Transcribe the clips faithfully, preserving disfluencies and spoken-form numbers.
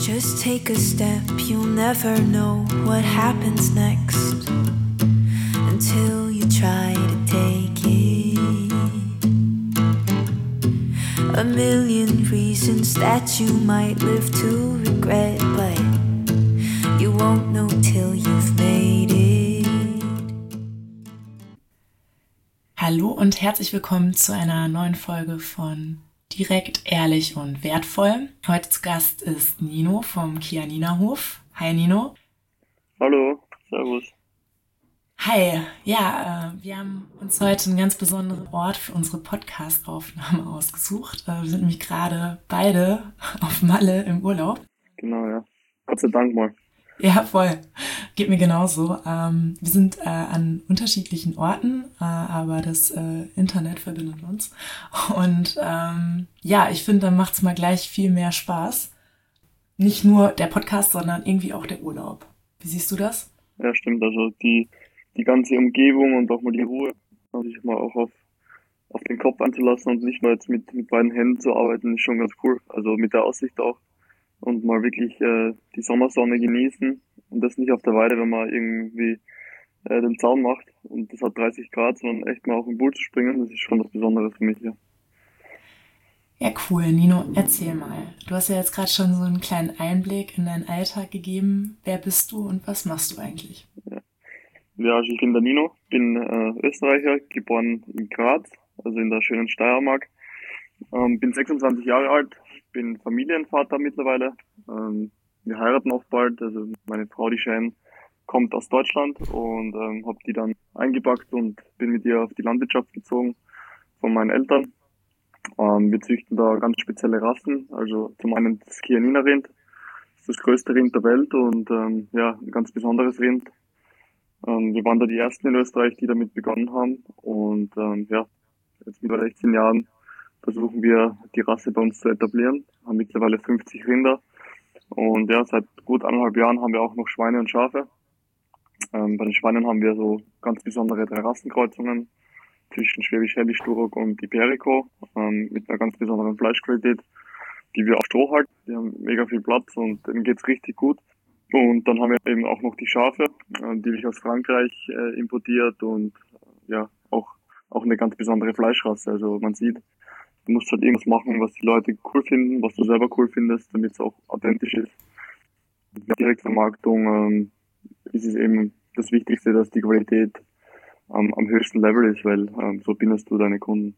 Just take a step, you'll never know what happens next until you try to take it. A million reasons that you might live to regret, but you won't know till you've made it. Hallo und herzlich willkommen zu einer neuen Folge von Direkt, Ehrlich und Wertvoll. Heute zu Gast ist Nino vom Chianina-Hof. Hi Nino. Hallo, servus. Hi, ja, äh, wir haben uns heute einen ganz besonderen Ort für unsere Podcast-Aufnahme ausgesucht. Äh, wir sind nämlich gerade beide auf Malle im Urlaub. Genau, ja. Gott sei Dank mal. Ja, voll. Geht mir genauso. Ähm, wir sind äh, an unterschiedlichen Orten, äh, aber das äh, Internet verbindet uns. Und ähm, ja, ich finde, dann macht's mal gleich viel mehr Spaß. Nicht nur der Podcast, sondern irgendwie auch der Urlaub. Wie siehst du das? Ja, stimmt. Also die, die ganze Umgebung und auch mal die Ruhe, also sich mal auch auf, auf den Kopf anzulassen und nicht nur jetzt mit, mit beiden Händen zu arbeiten, ist schon ganz cool. Also mit der Aussicht auch. Und mal wirklich äh, die Sommersonne genießen und das nicht auf der Weide, wenn man irgendwie äh, den Zaun macht und das hat dreißig Grad, sondern echt mal auf den Pool zu springen, das ist schon was Besonderes für mich, ja. Ja, cool. Nino, erzähl mal. Du hast ja jetzt gerade schon so einen kleinen Einblick in deinen Alltag gegeben. Wer bist du und was machst du eigentlich? Ja, ja also ich bin der Nino, bin äh, Österreicher, geboren in Graz, also in der schönen Steiermark. Ähm, bin sechsundzwanzig Jahre alt, bin Familienvater mittlerweile. Ähm, wir heiraten auch bald. Also meine Frau, die Shane, kommt aus Deutschland und ähm, habe die dann eingepackt und bin mit ihr auf die Landwirtschaft gezogen von meinen Eltern. Ähm, wir züchten da ganz spezielle Rassen. Also zum einen das Chianina-Rind, das ist das größte Rind der Welt und ähm, ja, ein ganz besonderes Rind. Ähm, wir waren da die ersten in Österreich, die damit begonnen haben und ähm, ja, jetzt mit sechzehn Jahren versuchen wir, die Rasse bei uns zu etablieren. Haben mittlerweile fünfzig Rinder. Und ja, seit gut anderthalb Jahren haben wir auch noch Schweine und Schafe. Ähm, bei den Schweinen haben wir so ganz besondere drei Rassenkreuzungen zwischen Schwäbisch Helles, Duroc und Iberico, ähm, mit einer ganz besonderen Fleischqualität, die wir auf Stroh halten. Die haben mega viel Platz und denen geht's richtig gut. Und dann haben wir eben auch noch die Schafe, äh, die ich aus Frankreich äh, importiert und äh, ja, auch, auch eine ganz besondere Fleischrasse. Also man sieht, du musst halt irgendwas machen, was die Leute cool finden, was du selber cool findest, damit es auch authentisch ist. In der Direktvermarktung ähm, ist es eben das Wichtigste, dass die Qualität ähm, am höchsten Level ist, weil ähm, so bindest du deine Kunden.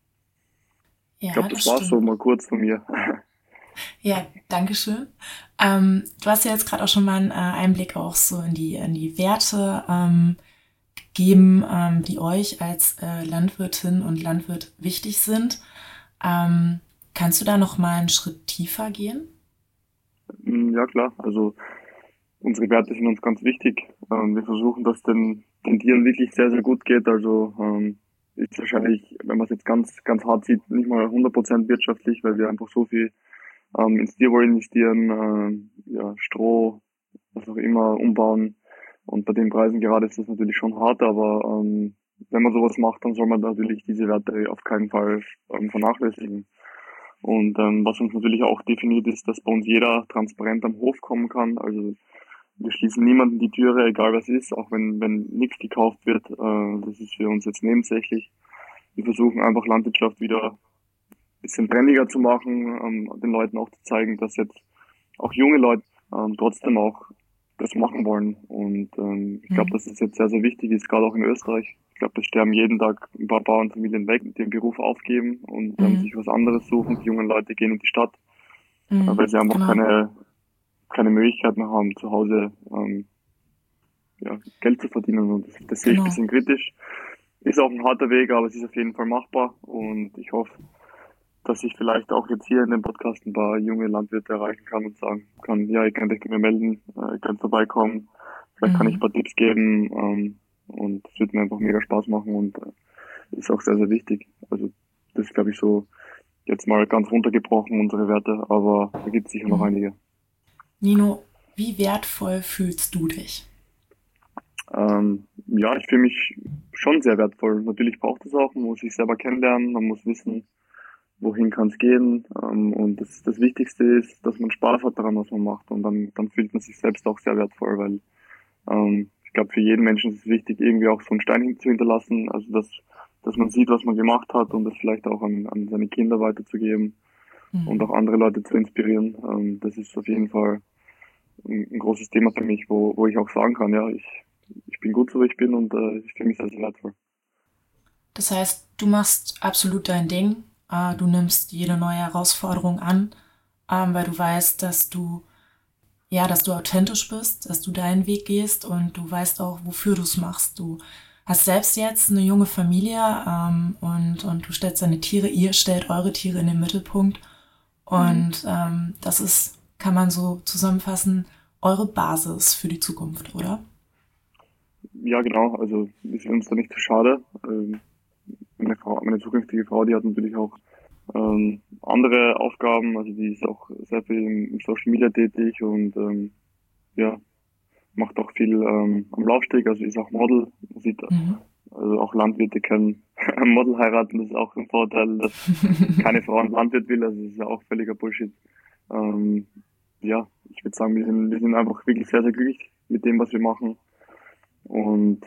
Ja, Ich glaube, das, das war's so stimmt. mal kurz von mir. Ja, danke schön. Ähm, du hast ja jetzt gerade auch schon mal einen äh, Einblick auch so in die, in die Werte ähm, gegeben, ähm, die euch als äh, Landwirtin und Landwirt wichtig sind. Ähm, kannst du da noch mal einen Schritt tiefer gehen? Mm, Ja klar, also unsere Werte sind uns ganz wichtig. Ähm, wir versuchen, dass den, den Tieren wirklich sehr, sehr gut geht. Also ähm, ist wahrscheinlich, wenn man es jetzt ganz, ganz hart sieht, nicht mal hundert Prozent wirtschaftlich, weil wir einfach so viel ähm, ins Tierwohl investieren, ähm, ja, Stroh, was auch immer, umbauen. Und bei den Preisen gerade ist das natürlich schon hart, aber ähm, wenn man sowas macht, dann soll man natürlich diese Werte auf keinen Fall ähm, vernachlässigen. Und ähm, was uns natürlich auch definiert ist, dass bei uns jeder transparent am Hof kommen kann. Also wir schließen niemanden die Türe, egal was ist, auch wenn, wenn nichts gekauft wird. Äh, das ist für uns jetzt nebensächlich. Wir versuchen einfach Landwirtschaft wieder ein bisschen trendiger zu machen, ähm, den Leuten auch zu zeigen, dass jetzt auch junge Leute ähm, trotzdem auch das machen wollen. Und ähm, ich glaube, Hm. dass es jetzt sehr, sehr wichtig ist, gerade auch in Österreich. Ich glaube, es sterben jeden Tag ein paar Bauernfamilien weg, die den Beruf aufgeben und ähm, Mhm. sich was anderes suchen. Die jungen Leute gehen in die Stadt, äh, Mhm. weil sie einfach Genau. keine, keine Möglichkeit mehr haben, zu Hause ähm, ja, Geld zu verdienen. Und das, das sehe ich ein Genau. bisschen kritisch. Ist auch ein harter Weg, aber es ist auf jeden Fall machbar. Und ich hoffe, dass ich vielleicht auch jetzt hier in dem Podcast ein paar junge Landwirte erreichen kann und sagen kann, ja, ihr könnt euch bei mir melden, äh, ihr könnt vorbeikommen, vielleicht kann ich ein Mhm. paar Tipps geben ähm, und es wird mir einfach mega Spaß machen und äh, ist auch sehr, sehr wichtig. Also das ist, glaube ich, so jetzt mal ganz runtergebrochen, unsere Werte, aber da gibt es sicher noch Mhm. einige. Nino, wie wertvoll fühlst du dich? Ähm, ja, ich fühle mich schon sehr wertvoll. Natürlich braucht es auch, man muss sich selber kennenlernen, man muss wissen, wohin kann es gehen. Ähm, und das, das Wichtigste ist, dass man Spaß hat daran, was man macht. Und dann, dann fühlt man sich selbst auch sehr wertvoll, weil ähm, ich glaube, für jeden Menschen ist es wichtig, irgendwie auch so einen Stein hin- zu hinterlassen. Also dass, dass man sieht, was man gemacht hat und das vielleicht auch an, an seine Kinder weiterzugeben und auch Mhm. andere Leute zu inspirieren. Ähm, das ist auf jeden Fall ein, ein großes Thema für mich, wo, wo ich auch sagen kann, ja, ich, ich bin gut so, wie ich bin und äh, ich fühle mich sehr, sehr wertvoll. Das heißt, du machst absolut dein Ding. Äh, du nimmst jede neue Herausforderung an, ähm, weil du weißt, dass du, ja, dass du authentisch bist, dass du deinen Weg gehst und du weißt auch, wofür du es machst. Du hast selbst jetzt eine junge Familie, ähm, und, und du stellst deine Tiere, ihr stellt eure Tiere in den Mittelpunkt. Mhm. Und ähm, das ist, kann man so zusammenfassen, eure Basis für die Zukunft, oder? Ja, genau, also wir sind uns da nicht zu schade. Ähm, meine Frau, meine zukünftige Frau, die hat natürlich auch ähm, andere Aufgaben, also die ist auch sehr viel im, im Social Media tätig und ähm, ja, macht auch viel ähm, am Laufsteg, also ist auch Model. Man sieht, Mhm. also auch Landwirte können ein Model heiraten, das ist auch ein Vorteil, dass keine Frau ein Landwirt will, also das ist ja auch völliger Bullshit. Ähm, ja, ich würde sagen, wir sind, wir sind einfach wirklich sehr, sehr glücklich mit dem, was wir machen und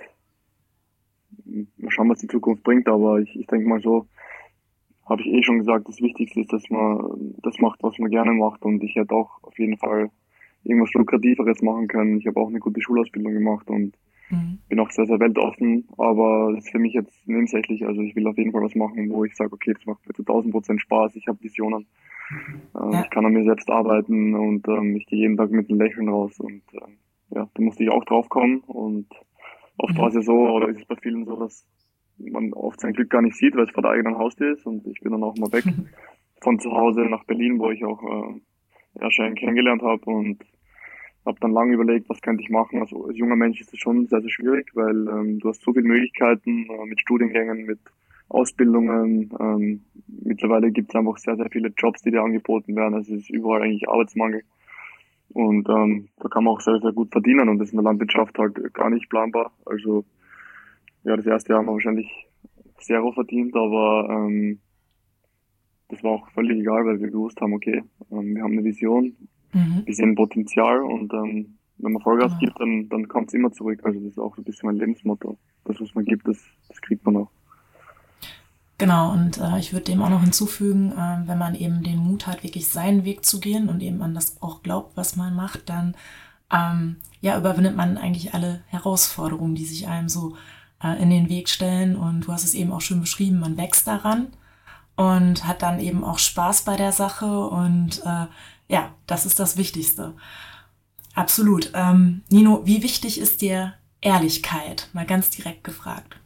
mal schauen, was die Zukunft bringt, aber ich, ich denke mal so, habe ich eh schon gesagt, das Wichtigste ist, dass man das macht, was man gerne macht und ich hätte auch auf jeden Fall irgendwas Lukrativeres machen können. Ich habe auch eine gute Schulausbildung gemacht und Mhm. bin auch sehr, sehr weltoffen, aber das ist für mich jetzt nebensächlich. Also ich will auf jeden Fall was machen, wo ich sage, okay, das macht mir zu tausend Prozent Spaß, ich habe Visionen, äh, ich Ja. kann an mir selbst arbeiten und ähm, ich gehe jeden Tag mit einem Lächeln raus und ähm, ja, da musste ich auch drauf kommen und oft war Mhm. es ja so, oder ist es bei vielen so, dass man oft sein Glück gar nicht sieht, weil es vor der eigenen Haustür ist und ich bin dann auch mal weg von zu Hause nach Berlin, wo ich auch äh, Erschein kennengelernt habe und habe dann lange überlegt, was könnte ich machen. Also als junger Mensch ist es schon sehr, sehr schwierig, weil ähm, du hast so viele Möglichkeiten äh, mit Studiengängen, mit Ausbildungen. Ähm, mittlerweile gibt es einfach sehr, sehr viele Jobs, die dir angeboten werden. Also es ist überall eigentlich Arbeitsmangel. Und ähm, da kann man auch sehr, sehr gut verdienen und das ist in der Landwirtschaft halt gar nicht planbar. Also ja, das erste Jahr haben wir wahrscheinlich Zero verdient, aber ähm, das war auch völlig egal, weil wir gewusst haben, okay, ähm, wir haben eine Vision, Mhm. wir sehen Potenzial und ähm, wenn man Vollgas Genau. gibt, dann, dann kommt es immer zurück. Also das ist auch so ein bisschen mein Lebensmotto. Das, was man gibt, das, das kriegt man auch. Genau, und äh, ich würde dem auch noch hinzufügen, äh, wenn man eben den Mut hat, wirklich seinen Weg zu gehen und eben an das auch glaubt, was man macht, dann ähm, ja, überwindet man eigentlich alle Herausforderungen, die sich einem so äh, in den Weg stellen. Und du hast es eben auch schön beschrieben, man wächst daran und hat dann eben auch Spaß bei der Sache. Und äh, ja, das ist das Wichtigste. Absolut. Ähm, Nino, wie wichtig ist dir Ehrlichkeit? Mal ganz direkt gefragt.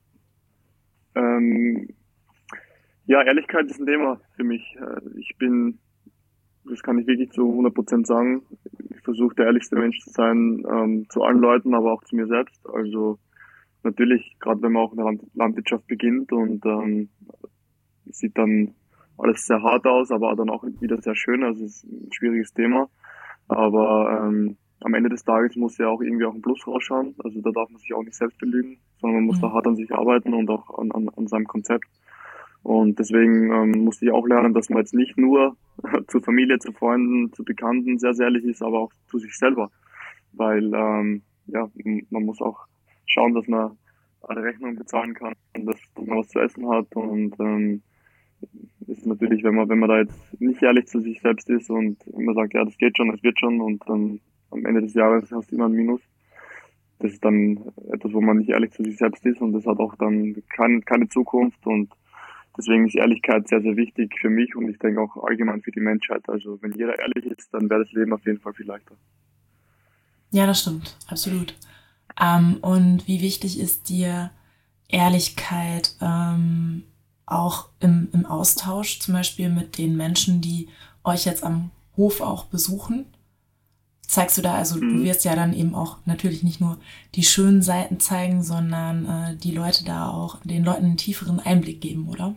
Ähm, ja, Ehrlichkeit ist ein Thema für mich. Äh, Ich bin, das kann ich wirklich zu hundert Prozent sagen, ich versuche der ehrlichste Mensch zu sein, ähm, zu allen Leuten, aber auch zu mir selbst. Also natürlich, gerade wenn man auch in der Land Landwirtschaft beginnt und ähm, sieht dann alles sehr hart aus, aber dann auch wieder sehr schön. Also es ist ein schwieriges Thema. Aber ähm, am Ende des Tages muss ja auch irgendwie auch ein Plus rausschauen. Also da darf man sich auch nicht selbst belügen, sondern man muss da Mhm. hart an sich arbeiten und auch an, an, an seinem Konzept. Und deswegen ähm, musste ich auch lernen, dass man jetzt nicht nur zur Familie, zu Freunden, zu Bekannten sehr, sehr ehrlich ist, aber auch zu sich selber. Weil ähm, ja, m- man muss auch schauen, dass man alle Rechnungen bezahlen kann und dass, dass man was zu essen hat. Und ähm, ist natürlich, wenn man, wenn man da jetzt nicht ehrlich zu sich selbst ist und immer sagt, ja, das geht schon, das wird schon und dann am Ende des Jahres hast du immer ein Minus. Das ist dann etwas, wo man nicht ehrlich zu sich selbst ist und das hat auch dann kein, keine Zukunft und deswegen ist Ehrlichkeit sehr, sehr wichtig für mich und ich denke auch allgemein für die Menschheit. Also wenn jeder ehrlich ist, dann wäre das Leben auf jeden Fall viel leichter. Ja, das stimmt. Absolut. Ähm, und wie wichtig ist dir Ehrlichkeit ähm, auch im, im Austausch, zum Beispiel mit den Menschen, die euch jetzt am Hof auch besuchen? Zeigst du da, also du Mhm. wirst ja dann eben auch natürlich nicht nur die schönen Seiten zeigen, sondern äh, die Leute da auch, den Leuten einen tieferen Einblick geben, oder?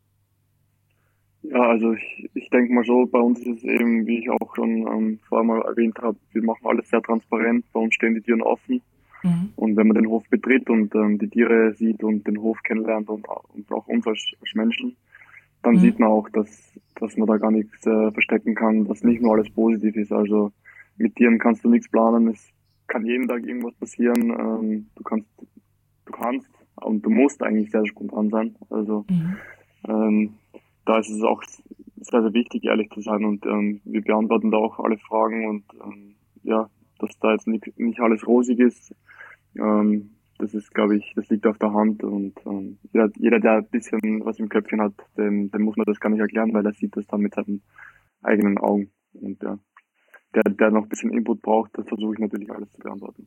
Ja, also ich, ich denke mal so, bei uns ist es eben, wie ich auch schon ähm, vorher mal erwähnt habe, wir machen alles sehr transparent, bei uns stehen die Türen offen Mhm. und wenn man den Hof betritt und ähm, die Tiere sieht und den Hof kennenlernt und, und auch uns als, als Menschen, dann Mhm. sieht man auch, dass, dass man da gar nichts äh, verstecken kann, dass nicht nur alles positiv ist. Also mit Tieren kannst du nichts planen, es kann jeden Tag irgendwas passieren. Ähm, du kannst, du kannst und du musst eigentlich sehr spontan sein. Also Mhm. ähm, da ist es auch sehr, sehr wichtig, ehrlich zu sein und ähm, wir beantworten da auch alle Fragen und ähm, ja, dass da jetzt nicht, nicht alles rosig ist, ähm, das ist, glaube ich, das liegt auf der Hand und ähm, jeder, jeder, der ein bisschen was im Köpfchen hat, dem, dem muss man das gar nicht erklären, weil er sieht das dann mit seinen eigenen Augen. Und ja, der, der noch ein bisschen Input braucht, das versuche ich natürlich alles zu beantworten.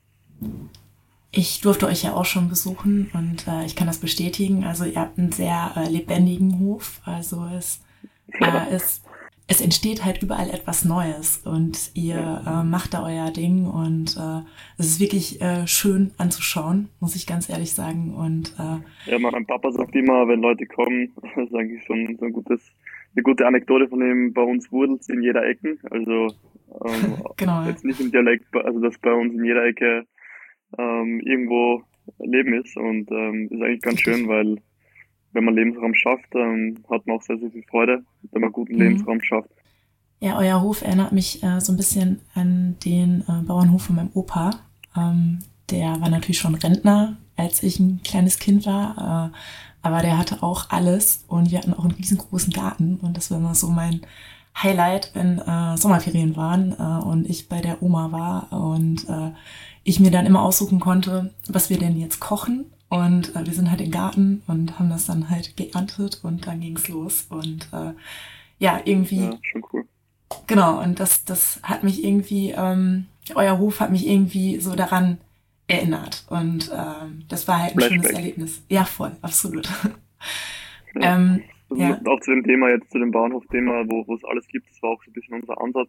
Ich durfte euch ja auch schon besuchen und äh, ich kann das bestätigen. Also ihr habt einen sehr äh, lebendigen Hof. Also es, äh, es, es entsteht halt überall etwas Neues und ihr äh, macht da euer Ding und äh, es ist wirklich äh, schön anzuschauen, muss ich ganz ehrlich sagen. Und äh, Ja, mein Papa sagt immer, wenn Leute kommen, das ist eigentlich schon so ein gutes, eine gute Anekdote von ihm, bei uns wurdelt's in jeder Ecke. Also ähm, genau, ja. jetzt nicht im Dialekt, also dass bei uns in jeder Ecke ähm, irgendwo Leben ist und ähm, ist eigentlich ganz schön, Richtig. weil wenn man Lebensraum schafft, ähm, hat man auch sehr, sehr viel Freude, wenn man guten Mhm. Lebensraum schafft. Ja, euer Hof erinnert mich äh, so ein bisschen an den äh, Bauernhof von meinem Opa. Ähm, der war natürlich schon Rentner, als ich ein kleines Kind war, äh, aber der hatte auch alles und wir hatten auch einen riesengroßen Garten und das war immer so mein Highlight, wenn äh, Sommerferien waren äh, und ich bei der Oma war und äh, ich mir dann immer aussuchen konnte, was wir denn jetzt kochen. Und äh, wir sind halt im Garten und haben das dann halt geerntet und dann ging's los. Und äh, ja, irgendwie Ja, schon cool. genau, und das, das hat mich irgendwie, ähm, euer Hof hat mich irgendwie so daran erinnert. Und ähm, das war halt ein schönes Flashback. Erlebnis. Ja, voll, absolut. Ja. ähm, ja, Also auch zu dem Thema jetzt, zu dem Bahnhof-Thema, wo, wo es alles gibt, das war auch so ein bisschen unser Ansatz.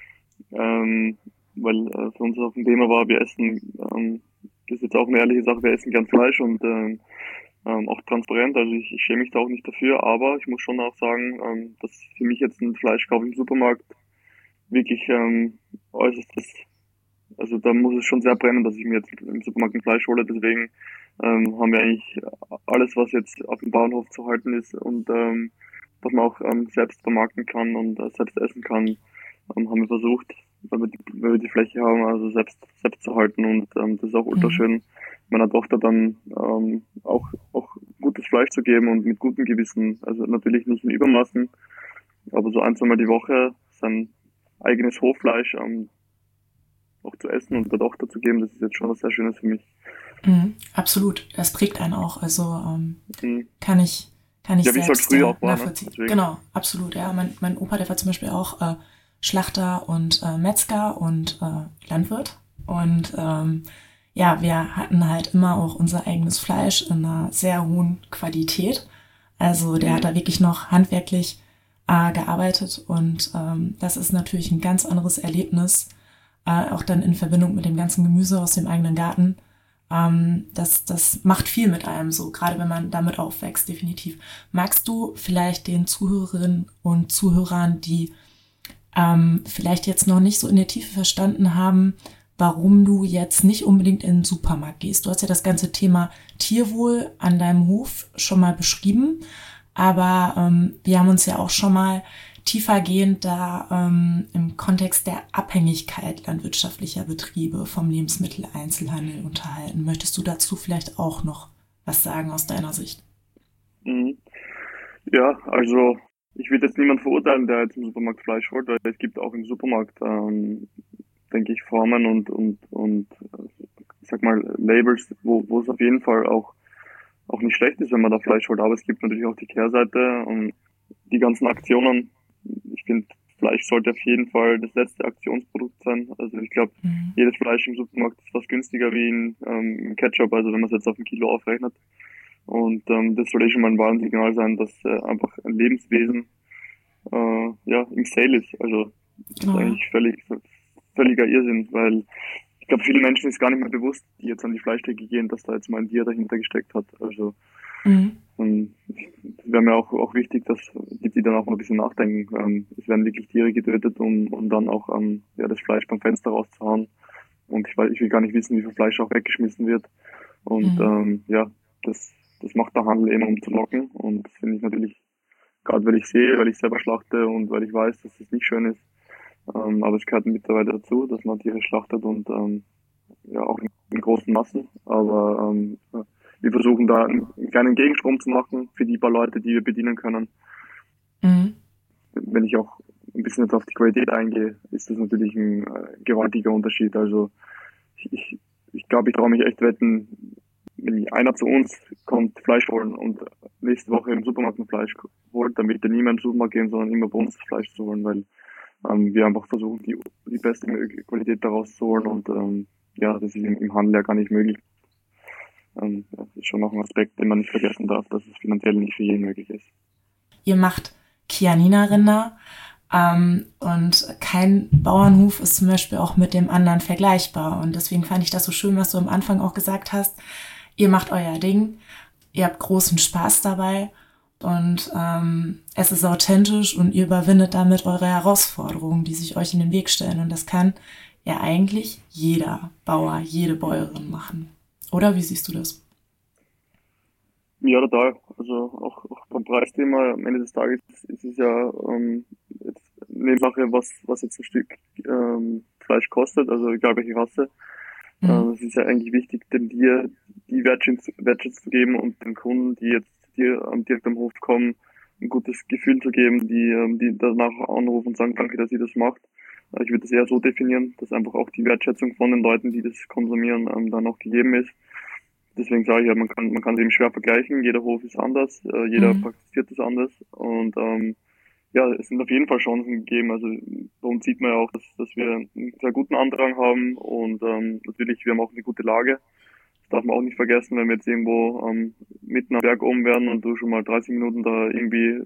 Ähm, weil äh, für uns auch ein Thema war, wir essen, ähm, das ist jetzt auch eine ehrliche Sache, wir essen gern Fleisch und ähm, ähm, auch transparent, also ich, ich schäme mich da auch nicht dafür, aber ich muss schon auch sagen, ähm, dass für mich jetzt ein Fleischkauf im Supermarkt wirklich ähm, äußerstes, also da muss es schon sehr brennen, dass ich mir jetzt im Supermarkt ein Fleisch hole, deswegen ähm, haben wir eigentlich alles, was jetzt auf dem Bauernhof zu halten ist und ähm, was man auch ähm, selbst vermarkten kann und äh, selbst essen kann, ähm, haben wir versucht, weil wir, die, weil wir die Fläche haben, also selbst selbst zu halten und ähm, das ist auch ultra mhm. schön, meiner Tochter dann ähm, auch auch gutes Fleisch zu geben und mit gutem Gewissen, also natürlich nicht in Übermaßen, aber so ein, zweimal die Woche sein eigenes Hoffleisch ähm, auch zu essen und der Tochter zu geben, das ist jetzt schon was sehr Schönes für mich. Mhm. Absolut, das prägt einen auch. Also ähm, Mhm. kann ich, kann ich Ja, wie es halt selbst früher äh, auch war, ne? nachvollziehen. Deswegen. Genau, absolut, ja. Mein, mein Opa, der war zum Beispiel auch äh, Schlachter und äh, Metzger und äh, Landwirt. Und ähm, ja, wir hatten halt immer auch unser eigenes Fleisch in einer sehr hohen Qualität. Also der hat Mhm. da wirklich noch handwerklich äh, gearbeitet und ähm, das ist natürlich ein ganz anderes Erlebnis, äh, auch dann in Verbindung mit dem ganzen Gemüse aus dem eigenen Garten. Ähm, das, das macht viel mit einem so, gerade wenn man damit aufwächst, definitiv. Magst du vielleicht den Zuhörerinnen und Zuhörern, die ähm, vielleicht jetzt noch nicht so in der Tiefe verstanden haben, warum du jetzt nicht unbedingt in den Supermarkt gehst? Du hast ja das ganze Thema Tierwohl an deinem Hof schon mal beschrieben, aber ähm, wir haben uns ja auch schon mal tiefergehend da ähm, im Kontext der Abhängigkeit landwirtschaftlicher Betriebe vom Lebensmitteleinzelhandel unterhalten. Möchtest du dazu vielleicht auch noch was sagen aus deiner Sicht? Mhm. Ja, also ich würde jetzt niemand verurteilen, der jetzt im Supermarkt Fleisch holt, weil es gibt auch im Supermarkt, ähm, denke ich, Formen und und und äh, ich sag mal Labels, wo wo es auf jeden Fall auch auch nicht schlecht ist, wenn man da Fleisch holt, aber es gibt natürlich auch die Kehrseite und die ganzen Aktionen. Ich finde, Fleisch sollte auf jeden Fall das letzte Aktionsprodukt sein. Also ich glaube, Mhm. jedes Fleisch im Supermarkt ist fast günstiger wie ein ähm, Ketchup, also wenn man es jetzt auf ein Kilo aufrechnet. Und ähm, das soll eh schon mal ein Warnsignal sein, dass äh, einfach ein Lebenswesen äh, ja im Sale ist. Also das ist Genau, ja. eigentlich völlig völliger Irrsinn, weil ich glaube, viele Menschen ist gar nicht mehr bewusst, die jetzt an die Fleischtheke gehen, dass da jetzt mal ein Tier dahinter gesteckt hat. Also Mhm. ähm, es wäre mir auch, auch wichtig, dass die, die dann auch mal ein bisschen nachdenken. Ähm, es werden wirklich Tiere getötet, um, um dann auch ähm, ja, das Fleisch beim Fenster rauszuhauen. Und ich, weiß, ich will gar nicht wissen, wie viel Fleisch auch weggeschmissen wird. Und Mhm. ähm, ja, das, das macht der Handel eben, um zu locken. Und das finde ich natürlich gerade weil ich sehe, weil ich selber schlachte und weil ich weiß, dass es nicht schön ist. Ähm, aber es gehört mittlerweile dazu, dass man Tiere schlachtet und ähm, ja auch in, in großen Massen. Aber ähm, wir versuchen da einen, einen kleinen Gegenstrom zu machen für die paar Leute, die wir bedienen können. Mhm. Wenn ich auch ein bisschen jetzt auf die Qualität eingehe, ist das natürlich ein äh, gewaltiger Unterschied. Also ich, ich, ich glaube, ich traue mich echt wetten, wenn einer zu uns kommt, Fleisch holen und nächste Woche im Supermarkt ein Fleisch holt, dann wird er nie mehr in den Supermarkt gehen, sondern immer bei uns das Fleisch zu holen, weil ähm, wir einfach versuchen, die, die beste Qualität daraus zu holen und ähm, ja, das ist im, im Handel ja gar nicht möglich. Ähm, das ist schon noch ein Aspekt, den man nicht vergessen darf, dass es finanziell nicht für jeden möglich ist. Ihr macht Chianina-Rinder ähm, und kein Bauernhof ist zum Beispiel auch mit dem anderen vergleichbar. Und deswegen fand ich das so schön, was du am Anfang auch gesagt hast. Ihr macht euer Ding, ihr habt großen Spaß dabei und ähm, es ist authentisch und ihr überwindet damit eure Herausforderungen, die sich euch in den Weg stellen. Und das kann ja eigentlich jeder Bauer, jede Bäuerin machen. Oder wie siehst du das? Ja, total. Also auch, auch beim Preisthema am Ende des Tages ist es ja ähm, jetzt eine Sache, was, was jetzt ein Stück ähm, Fleisch kostet, also egal welche Rasse. Mhm. Äh, es ist ja eigentlich wichtig, dem Tier die Wertschätzung, Wertschätzung zu geben und den Kunden, die jetzt dir am direkt am Hof kommen, ein gutes Gefühl zu geben, die, ähm, die danach anrufen und sagen, danke, dass ihr das macht. Äh, Ich würde das eher so definieren, dass einfach auch die Wertschätzung von den Leuten, die das konsumieren, ähm, dann auch gegeben ist. Deswegen sage ich ja, man kann, man kann es eben schwer vergleichen. Jeder Hof ist anders, äh, jeder Mhm. praktiziert es anders und ähm, ja, es sind auf jeden Fall Chancen gegeben. Also bei uns sieht man ja auch, dass, dass wir einen sehr guten Andrang haben und ähm, natürlich, wir haben auch eine gute Lage. Das darf man auch nicht vergessen, wenn wir jetzt irgendwo ähm, mitten am Berg oben wären und du schon mal dreißig Minuten da irgendwie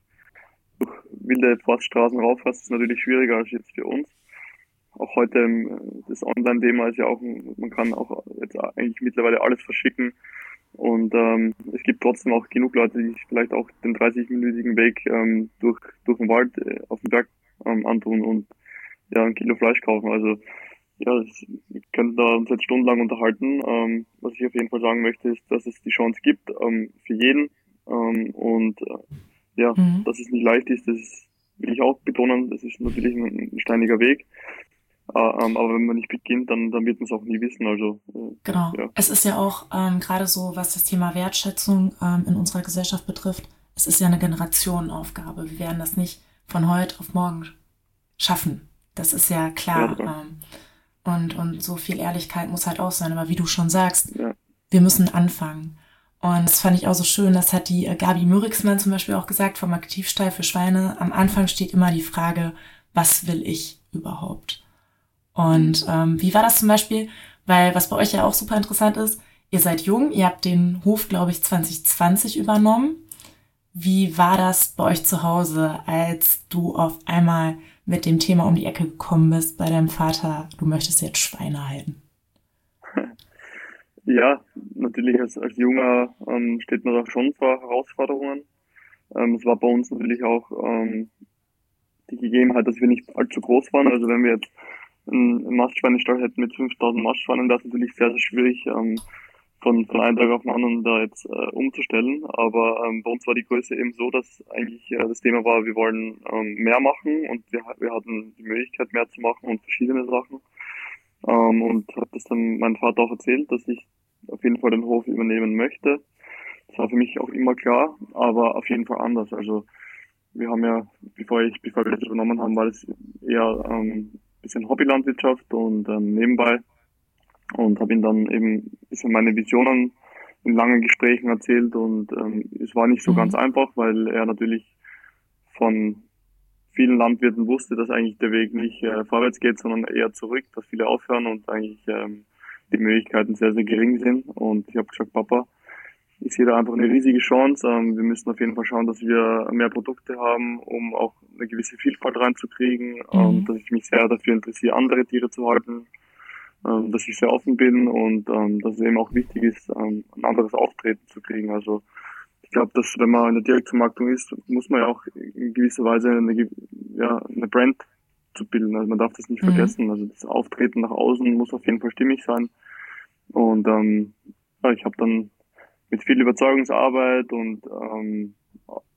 durch wilde Forststraßen rauffährst, ist natürlich schwieriger als jetzt für uns. Auch heute ähm, das Online-Thema ist ja auch, ein- man kann auch jetzt eigentlich mittlerweile alles verschicken. Und ähm, es gibt trotzdem auch genug Leute, die sich vielleicht auch den dreißig-minütigen Weg ähm, durch, durch den Wald äh, auf den Berg ähm, antun und ja, ein Kilo Fleisch kaufen. Also ja, das, wir können da uns jetzt stundenlang unterhalten. Ähm, was ich auf jeden Fall sagen möchte, ist, dass es die Chance gibt ähm, für jeden. Ähm, und äh, ja, Mhm. dass es nicht leicht ist, das will ich auch betonen. Das ist natürlich ein, ein steiniger Weg. Äh, ähm, aber wenn man nicht beginnt, dann, dann wird man es auch nie wissen. Also Genau. äh, ja, Es ist ja auch ähm, gerade so, was das Thema Wertschätzung ähm, in unserer Gesellschaft betrifft, es ist ja eine Generationenaufgabe. Wir werden das nicht von heute auf morgen schaffen. Das ist ja ja, klar. total. Ähm, und, und so viel Ehrlichkeit muss halt auch sein. Aber wie du schon sagst, Ja. wir müssen anfangen. Und das fand ich auch so schön, das hat die äh, Gabi Mürixmann zum Beispiel auch gesagt vom Aktivstall für Schweine. Am Anfang steht immer die Frage, was will ich überhaupt? Und ähm, wie war das zum Beispiel? Weil was bei euch ja auch super interessant ist, ihr seid jung, ihr habt den Hof, glaube ich, zwanzig zwanzig übernommen. Wie war das bei euch zu Hause, als du auf einmal mit dem Thema um die Ecke gekommen bist bei deinem Vater, du möchtest jetzt Schweine halten? Ja, natürlich als, als Junger ähm, steht man da schon vor Herausforderungen. Ähm, es war bei uns natürlich auch ähm, die Gegebenheit, dass wir nicht allzu groß waren. Also wenn wir jetzt einen Mastschweinestall hätten mit fünftausend Mastschweinen, wäre es natürlich sehr, sehr schwierig, ähm, von, von einem Tag auf den anderen da jetzt äh, umzustellen. Aber ähm, bei uns war die Größe eben so, dass eigentlich äh, das Thema war, wir wollen ähm, mehr machen und wir, wir hatten die Möglichkeit, mehr zu machen und verschiedene Sachen. Ähm, und habe das dann meinem Vater auch erzählt, dass ich auf jeden Fall den Hof übernehmen möchte. Das war für mich auch immer klar, aber auf jeden Fall anders. Also wir haben ja, bevor ich, bevor wir das übernommen haben, war das eher ähm, bisschen Hobbylandwirtschaft und ähm, nebenbei und habe ihm dann eben ein bisschen meine Visionen in langen Gesprächen erzählt und ähm, es war nicht so ganz Mhm. einfach, weil er natürlich von vielen Landwirten wusste, dass eigentlich der Weg nicht äh, vorwärts geht, sondern eher zurück, dass viele aufhören und eigentlich ähm, die Möglichkeiten sehr, sehr gering sind. Und ich habe gesagt, Papa, ich sehe da einfach eine riesige Chance. Ähm, wir müssen auf jeden Fall schauen, dass wir mehr Produkte haben, um auch eine gewisse Vielfalt reinzukriegen, ähm, Mhm. dass ich mich sehr dafür interessiere, andere Tiere zu halten, ähm, dass ich sehr offen bin und ähm, dass es eben auch wichtig ist, ähm, ein anderes Auftreten zu kriegen. Also ich glaube, dass wenn man in der Direktvermarktung ist, muss man ja auch in gewisser Weise eine, ge- ja, eine Brand zu bilden. Also man darf das nicht Mhm. vergessen. Also das Auftreten nach außen muss auf jeden Fall stimmig sein. Und ähm, ja, ich habe dann mit viel Überzeugungsarbeit und ähm,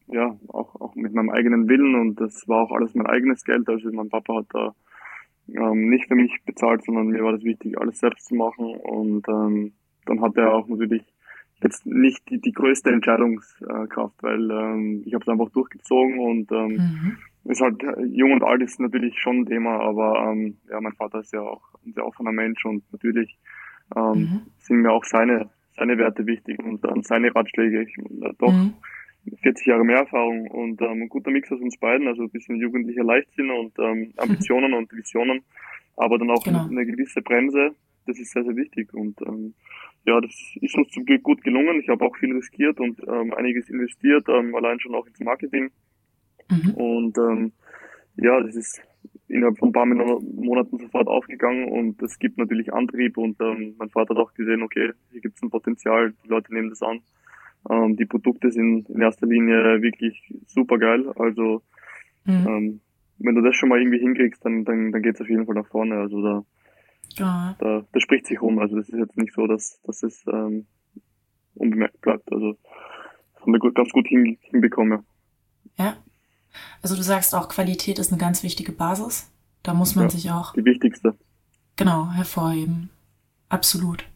ja, auch, auch mit meinem eigenen Willen, und das war auch alles mein eigenes Geld. Also mein Papa hat da ähm, nicht für mich bezahlt, sondern mir war das wichtig, alles selbst zu machen. Und ähm, dann hat er auch natürlich jetzt nicht die, die größte Entscheidungskraft, weil ähm, ich habe es einfach durchgezogen, und ähm, Mhm. ist halt äh, jung und alt ist natürlich schon ein Thema, aber ähm, ja, mein Vater ist ja auch ein sehr offener Mensch, und natürlich ähm, Mhm. sind mir auch seine seine Werte wichtig und ähm, seine Ratschläge. Ich äh, doch Mhm. vierzig Jahre mehr Erfahrung und ähm, ein guter Mix aus uns beiden, also ein bisschen jugendlicher Leichtsinn und ähm, Ambitionen und Visionen, aber dann auch eine, Genau. eine gewisse Bremse. Das ist sehr, sehr wichtig, und ähm, ja, das ist uns zum Glück gut gelungen. Ich habe auch viel riskiert und ähm, einiges investiert, ähm, allein schon auch ins Marketing, Mhm. und ähm, ja, das ist innerhalb von ein paar Monaten sofort aufgegangen, und das gibt natürlich Antrieb, und ähm, mein Vater hat auch gesehen, okay, hier gibt es ein Potenzial, die Leute nehmen das an. Ähm, die Produkte sind in erster Linie wirklich super geil. Also Mhm. ähm, wenn du das schon mal irgendwie hinkriegst, dann, dann, dann geht's auf jeden Fall nach vorne. Also da, Ja. da, das spricht sich rum. Also das ist jetzt nicht so, dass, dass es ähm, unbemerkt bleibt. Also das haben wir gut, ganz gut hin, hinbekommen. Ja. Also du sagst auch, Qualität ist eine ganz wichtige Basis. Da muss man Ja, sich auch, die wichtigste. genau, hervorheben. Absolut.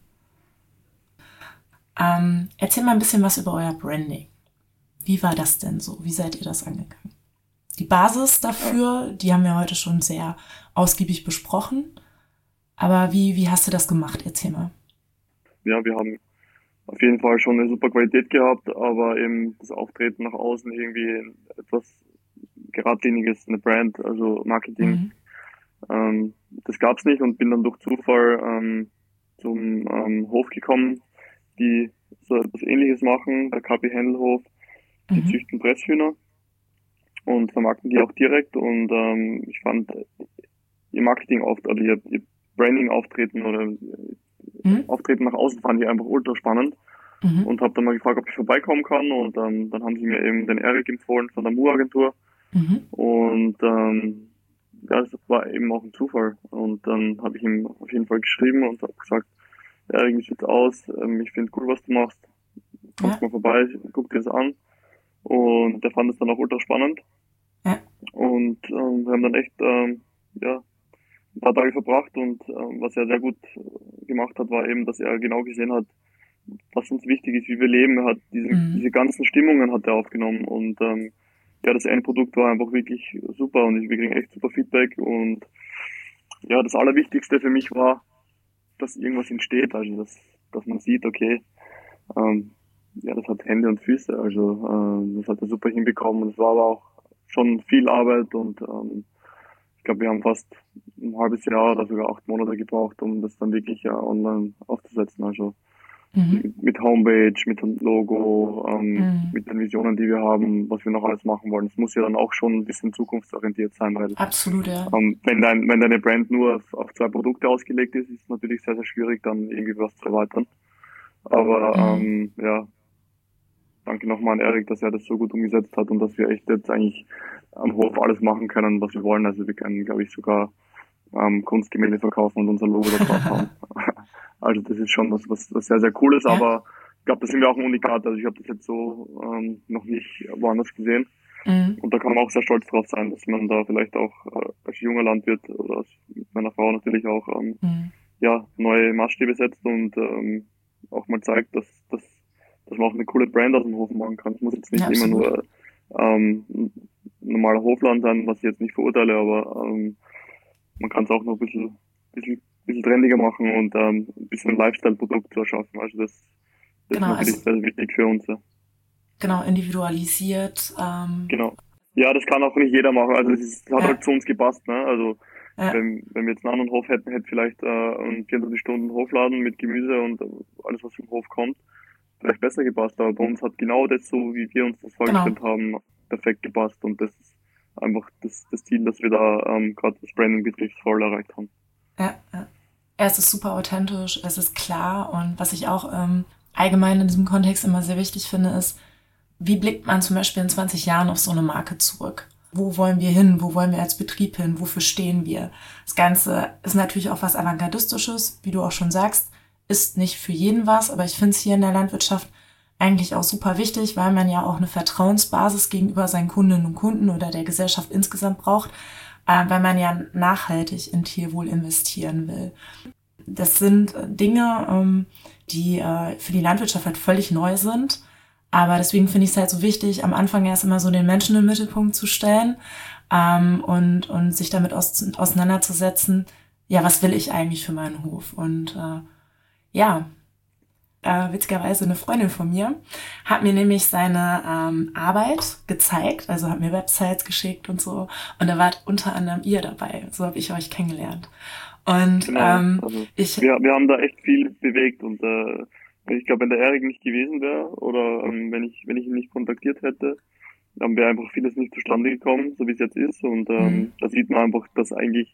Ähm, erzähl mal ein bisschen was über euer Branding. Wie war das denn so? Wie seid ihr das angegangen? Die Basis Ja, dafür, die haben wir heute schon sehr ausgiebig besprochen. Aber wie, wie hast du das gemacht? Erzähl mal. ja, wir haben auf jeden Fall schon eine super Qualität gehabt, aber eben das Auftreten nach außen irgendwie etwas geradliniges, eine Brand, also Marketing. Mhm. Ähm, das gab's nicht, und bin dann durch Zufall ähm, zum ähm, Hof gekommen, die so etwas Ähnliches machen, der K P Händelhof. Die Mhm. züchten Presshühner und vermarkten die auch direkt, und ähm, ich fand ihr Marketing oft, also ihr, ihr Branding auftreten oder äh, Mhm. Auftreten nach außen fand ich einfach ultra spannend, Mhm. und habe dann mal gefragt, ob ich vorbeikommen kann, und ähm, dann haben sie mir eben den Erik empfohlen von der M U-Agentur, Mhm. und ähm, ja, das war eben auch ein Zufall, und dann habe ich ihm auf jeden Fall geschrieben und habe gesagt, ja, wie sieht's aus, ähm, ich finde cool, was du machst, kommst Ja. mal vorbei, guck dir das an, und der fand es dann auch ultra spannend, Ja. und ähm, wir haben dann echt ähm, ja, ein paar Tage verbracht, und ähm, was er sehr gut äh, gemacht hat, war eben, dass er genau gesehen hat, was uns wichtig ist, wie wir leben. Er hat diese, Mhm. diese ganzen Stimmungen hat er aufgenommen, und ähm, ja, das Endprodukt war einfach wirklich super, und ich, wir kriegen echt super Feedback, und ja, das Allerwichtigste für mich war, dass irgendwas entsteht, also dass, dass man sieht, okay, ähm, ja, das hat Hände und Füße, also ähm, das hat er super hinbekommen. Es war aber auch schon viel Arbeit, und ähm, ich glaube, wir haben fast ein halbes Jahr oder sogar acht Monate gebraucht, um das dann wirklich ja, online aufzusetzen. Also Mhm. mit, mit Homepage, mit dem Logo, ähm, Mhm. mit den Visionen, die wir haben, was wir noch alles machen wollen. Es muss ja dann auch schon ein bisschen zukunftsorientiert sein, weil Absolut, ja. ähm, wenn, dein, wenn deine Brand nur auf, auf zwei Produkte ausgelegt ist, ist es natürlich sehr, sehr schwierig, dann irgendwie was zu erweitern. Aber Mhm. ähm, ja, danke nochmal an Erik, dass er das so gut umgesetzt hat, und dass wir echt jetzt eigentlich am Hof alles machen können, was wir wollen. Also wir können, glaube ich, sogar ähm, Kunstgemälde verkaufen und unser Logo da drauf haben. Also das ist schon was, was, was sehr, sehr cool ist, Ja. aber ich glaube, da sind wir auch ein Unikat. Also ich habe das jetzt so ähm, noch nicht woanders gesehen. Mhm. Und da kann man auch sehr stolz drauf sein, dass man da vielleicht auch äh, als junger Landwirt oder als, mit meiner Frau natürlich auch ähm, Mhm. ja, neue Maßstäbe setzt, und ähm, auch mal zeigt, dass, dass, dass man auch eine coole Brand aus dem Hof machen kann. Es muss jetzt Ja, nicht immer absolut. nur ähm, ein normaler Hofland sein, was ich jetzt nicht verurteile, aber ähm, man kann es auch noch ein bisschen, bisschen, bisschen trendiger machen und ähm, ein bisschen ein Lifestyle-Produkt zu erschaffen. Also das, das ist Genau, also natürlich sehr, sehr wichtig für uns. Ja. genau individualisiert. Ähm, Genau. Ja, das kann auch nicht jeder machen. Also es ist, hat ja, halt zu uns gepasst. Ne? Also ja, wenn, wenn wir jetzt einen anderen Hof hätten, hätte vielleicht äh, einen vierundzwanzig Stunden Hofladen mit Gemüse und alles, was vom Hof kommt, vielleicht besser gepasst. Aber bei uns hat genau das, so wie wir uns das genau. vorgestellt haben, perfekt gepasst. Und das ist einfach das, das Ziel, das wir da ähm, gerade das Branding betrifft, voll erreicht haben. Ja, ja. Es ist super authentisch, es ist klar und was ich auch ähm, allgemein in diesem Kontext immer sehr wichtig finde, ist, wie blickt man zum Beispiel in zwanzig Jahren auf so eine Marke zurück? Wo wollen wir hin? Wo wollen wir als Betrieb hin? Wofür stehen wir? Das Ganze ist natürlich auch was Avantgardistisches, wie du auch schon sagst, ist nicht für jeden was, aber ich finde es hier in der Landwirtschaft eigentlich auch super wichtig, weil man ja auch eine Vertrauensbasis gegenüber seinen Kundinnen und Kunden oder der Gesellschaft insgesamt braucht, äh, weil man ja nachhaltig in Tierwohl investieren will. Das sind Dinge, ähm, die äh, für die Landwirtschaft halt völlig neu sind. Aber deswegen finde ich es halt so wichtig, am Anfang erst immer so den Menschen im Mittelpunkt zu stellen ähm, und, und sich damit aus, auseinanderzusetzen, ja, was will ich eigentlich für meinen Hof? Und äh, ja, äh, witzigerweise eine Freundin von mir hat mir nämlich seine ähm, Arbeit gezeigt, also hat mir Websites geschickt und so. Und da war unter anderem ihr dabei. So habe ich euch kennengelernt. Und Genau, ähm, also ich... wir, wir haben da echt viel bewegt und äh, ich glaube, wenn der Erik nicht gewesen wäre oder ähm, wenn ich wenn ich ihn nicht kontaktiert hätte, dann wäre einfach vieles nicht zustande gekommen, so wie es jetzt ist. Und ähm, Mhm. da sieht man einfach, dass eigentlich,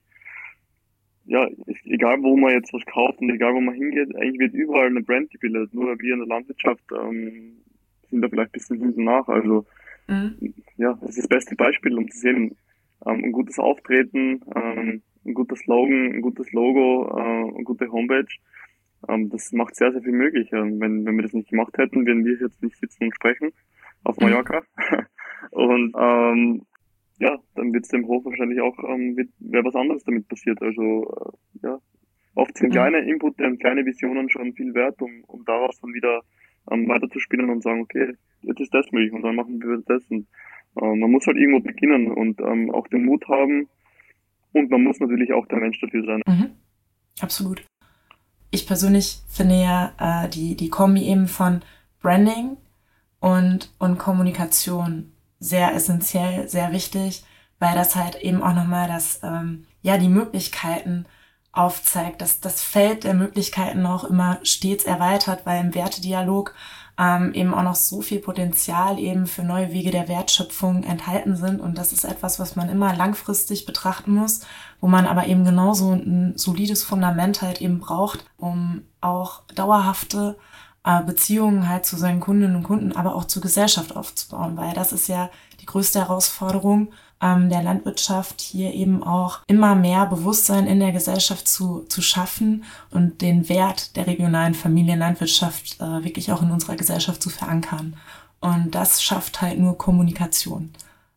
ja, egal wo man jetzt was kauft und egal wo man hingeht, eigentlich wird überall eine Brand gebildet. Nur wir in der Landwirtschaft ähm, sind da vielleicht ein bisschen hinten nach. Also Mhm. ja, das ist das beste Beispiel, um zu sehen, ähm, ein gutes Auftreten, ähm, ein guter Slogan, ein gutes Logo, äh, eine gute Homepage. Ähm, das macht sehr, sehr viel möglich. Ähm, wenn, wenn wir das nicht gemacht hätten, würden wir jetzt nicht sitzen und sprechen auf Mhm. Mallorca. und ähm, ja, dann wird es dem Hof wahrscheinlich auch, ähm, wäre was anderes damit passiert. Also äh, ja, oft sind Mhm. kleine Input und kleine Visionen schon viel wert, um, um daraus dann wieder ähm, weiterzuspinnen und sagen, okay, jetzt ist das möglich und dann machen wir das. Und äh, man muss halt irgendwo beginnen und ähm, auch den Mut haben und man muss natürlich auch der Mensch dafür sein. Mhm. Absolut. Ich persönlich finde ja äh, die, die Kombi eben von Branding und, und Kommunikation sehr essentiell, sehr wichtig, weil das halt eben auch nochmal das, ähm, ja, die Möglichkeiten aufzeigt, dass das Feld der Möglichkeiten auch immer stets erweitert, weil im Wertedialog ähm, eben auch noch so viel Potenzial eben für neue Wege der Wertschöpfung enthalten sind. Und das ist etwas, was man immer langfristig betrachten muss, wo man aber eben genauso ein solides Fundament halt eben braucht, um auch dauerhafte äh, Beziehungen halt zu seinen Kundinnen und Kunden, aber auch zur Gesellschaft aufzubauen, weil das ist ja die größte Herausforderung ähm, der Landwirtschaft, hier eben auch immer mehr Bewusstsein in der Gesellschaft zu, zu schaffen und den Wert der regionalen Familienlandwirtschaft äh, wirklich auch in unserer Gesellschaft zu verankern. Und das schafft halt nur Kommunikation.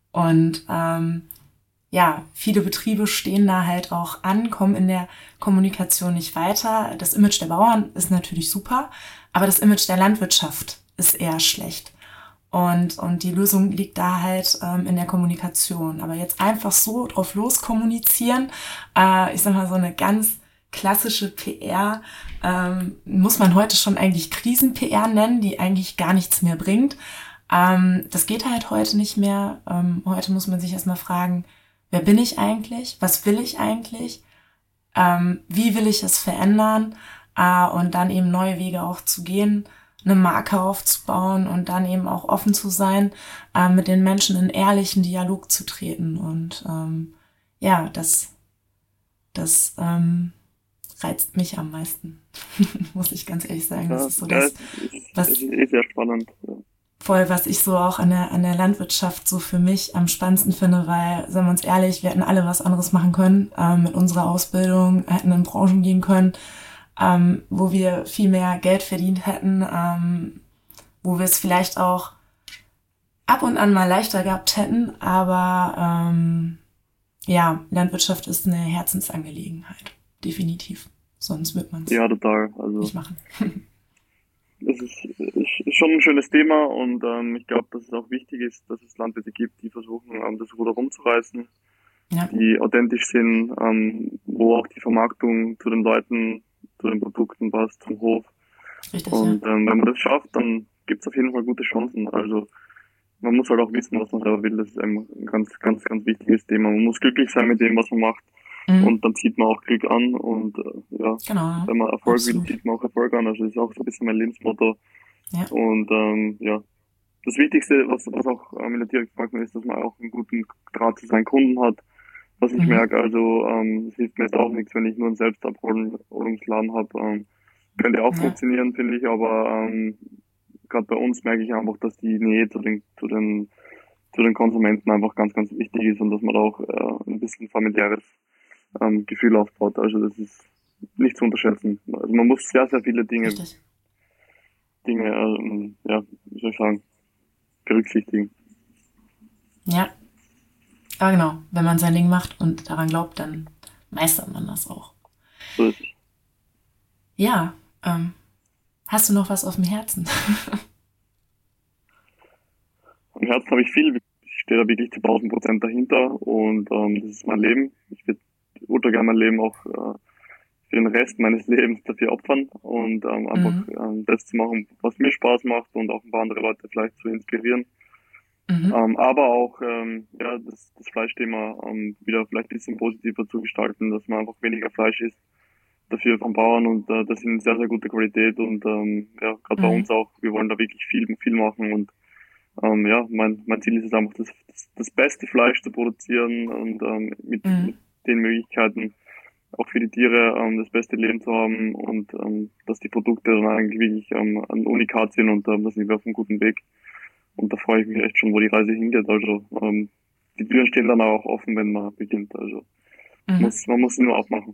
Und ähm, ja, viele Betriebe stehen da halt auch an, kommen in der Kommunikation nicht weiter. Das Image der Bauern ist natürlich super, aber das Image der Landwirtschaft ist eher schlecht. Und, und die Lösung liegt da halt ähm, in der Kommunikation. Aber jetzt einfach so drauf los kommunizieren, äh, ich sag mal so eine ganz klassische P R, ähm, muss man heute schon eigentlich Krisen-P R nennen, die eigentlich gar nichts mehr bringt. Ähm, das geht halt heute nicht mehr. Ähm, heute muss man sich erstmal fragen, wer bin ich eigentlich? Was will ich eigentlich? Ähm, wie will ich es verändern? Äh, und dann eben neue Wege auch zu gehen, eine Marke aufzubauen und dann eben auch offen zu sein, äh, mit den Menschen in ehrlichen Dialog zu treten. Und ähm, ja, das, das ähm, reizt mich am meisten, muss ich ganz ehrlich sagen. Das Ja, ist so ja das, es, ist, es was ist eh sehr spannend. Ja. voll, was ich so auch an der, an der Landwirtschaft so für mich am spannendsten finde, weil, sagen wir uns ehrlich, wir hätten alle was anderes machen können, ähm, mit unserer Ausbildung, hätten in Branchen gehen können, ähm, wo wir viel mehr Geld verdient hätten, ähm, wo wir es vielleicht auch ab und an mal leichter gehabt hätten, aber ähm, ja, Landwirtschaft ist eine Herzensangelegenheit, definitiv. Sonst wird man es Ja, total. Also nicht machen. es ist, ist, ist schon ein schönes Thema und ähm, ich glaube, dass es auch wichtig ist, dass es Landwirte gibt, die versuchen, ähm, das Ruder rumzureißen, Ja, die authentisch sind, ähm, wo auch die Vermarktung zu den Leuten, zu den Produkten passt, zum Hof. richtig, ja. Und ähm, wenn man das schafft, dann gibt es auf jeden Fall gute Chancen. Also man muss halt auch wissen, was man selber will. Das ist ein ganz, ganz, ganz wichtiges Thema. Man muss glücklich sein mit dem, was man macht. Mhm. Und dann zieht man auch Glück an. Und äh, ja, Genau, ja. wenn man Erfolg will, Absolut. zieht man auch Erfolg an. Also das ist auch so ein bisschen mein Lebensmotto. Ja. Und ähm, ja, das Wichtigste, was, was auch ähm, in der Direktvermarktung ist, dass man auch einen guten Draht zu seinen Kunden hat. Was ich Mhm. merke, also ähm, es hilft mir jetzt auch nichts, wenn ich nur einen Selbstabholungsladen habe. Ähm, könnte auch Ja. funktionieren, finde ich, aber ähm, gerade bei uns merke ich einfach, dass die Nähe zu den, zu den, zu den Konsumenten einfach ganz, ganz wichtig ist und dass man da auch äh, ein bisschen familiäres ähm, Gefühl aufbaut. Also das ist nicht zu unterschätzen. Also man muss sehr, sehr viele Dinge Richtig. Dinge, ähm, ja, wie soll ich sagen, berücksichtigen. Ja, aber genau, wenn man sein Ding macht und daran glaubt, dann meistert man das auch. So ist es. Ja, ähm, hast du noch was auf dem Herzen? Am Herzen habe ich viel. Ich stehe da wirklich zu tausend Prozent dahinter und ähm, das ist mein Leben. Ich würde ultra gerne mein Leben auch äh, für den Rest meines Lebens dafür opfern und ähm, einfach Mhm. ähm, das zu machen, was mir Spaß macht und auch ein paar andere Leute vielleicht zu inspirieren. Mhm. Ähm, aber auch ähm, ja, das, das Fleischthema ähm, wieder vielleicht ein bisschen positiver zu gestalten, dass man einfach weniger Fleisch isst, dafür vom Bauern und äh, das in sehr, sehr guter Qualität und ähm, ja, gerade bei Mhm. uns auch, wir wollen da wirklich viel, viel machen und ähm, ja, mein, mein Ziel ist es einfach, das, das, das beste Fleisch zu produzieren und ähm, mit, Mhm. mit den Möglichkeiten auch für die Tiere ähm, das beste Leben zu haben und ähm, dass die Produkte dann eigentlich wirklich ähm, ein Unikat sind und ähm, da sind wir auf einem guten Weg. Und da freue ich mich echt schon, wo die Reise hingeht. Also ähm, die Türen stehen dann auch offen, wenn man beginnt. Also Mhm. muss, man muss sie nur aufmachen.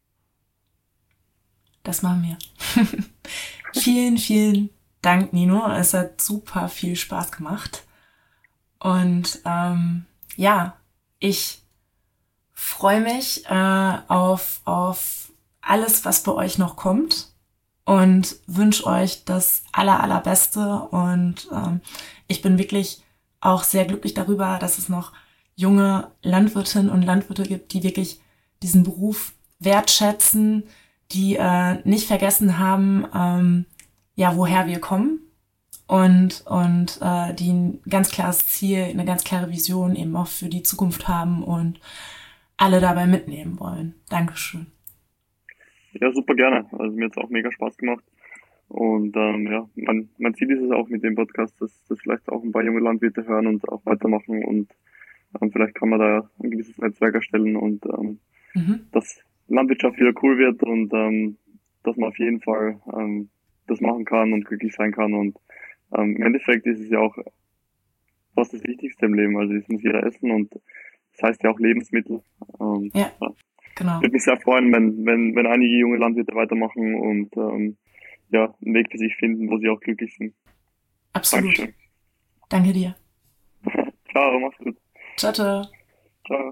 Das machen wir. Vielen, vielen Dank, Nino. Es hat super viel Spaß gemacht. Und ähm, ja, ich freue mich äh, auf, auf alles, was bei euch noch kommt und wünsche euch das aller, allerbeste. Und ähm, ich bin wirklich auch sehr glücklich darüber, dass es noch junge Landwirtinnen und Landwirte gibt, die wirklich diesen Beruf wertschätzen, die äh, nicht vergessen haben, ähm, ja, woher wir kommen und und äh, die ein ganz klares Ziel, eine ganz klare Vision eben auch für die Zukunft haben und alle dabei mitnehmen wollen. Dankeschön. Ja, super gerne. Also mir hat es auch mega Spaß gemacht. Und ähm, ja, mein, mein Ziel ist es auch mit dem Podcast, dass das vielleicht auch ein paar junge Landwirte hören und auch weitermachen und ähm, vielleicht kann man da ein gewisses Netzwerk erstellen und ähm, Mhm. dass Landwirtschaft wieder cool wird und ähm, dass man auf jeden Fall ähm, das machen kann und glücklich sein kann. Und ähm, im Endeffekt ist es ja auch fast das Wichtigste im Leben. Also das muss jeder essen und das heißt ja auch Lebensmittel. Ähm, Ja, ja. genau. Würde mich sehr freuen, wenn, wenn, wenn einige junge Landwirte weitermachen und ähm, ja, einen Weg für sich finden, wo sie auch glücklich sind. Absolut. Dankeschön. Danke dir. Ciao, mach's gut. Ciao, ciao. Ciao.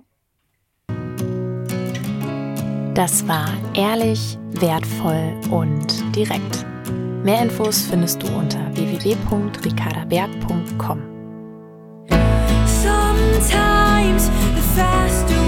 Das war ehrlich, wertvoll und direkt. Mehr Infos findest du unter w w w punkt ricarda berg punkt com. Sometimes the faster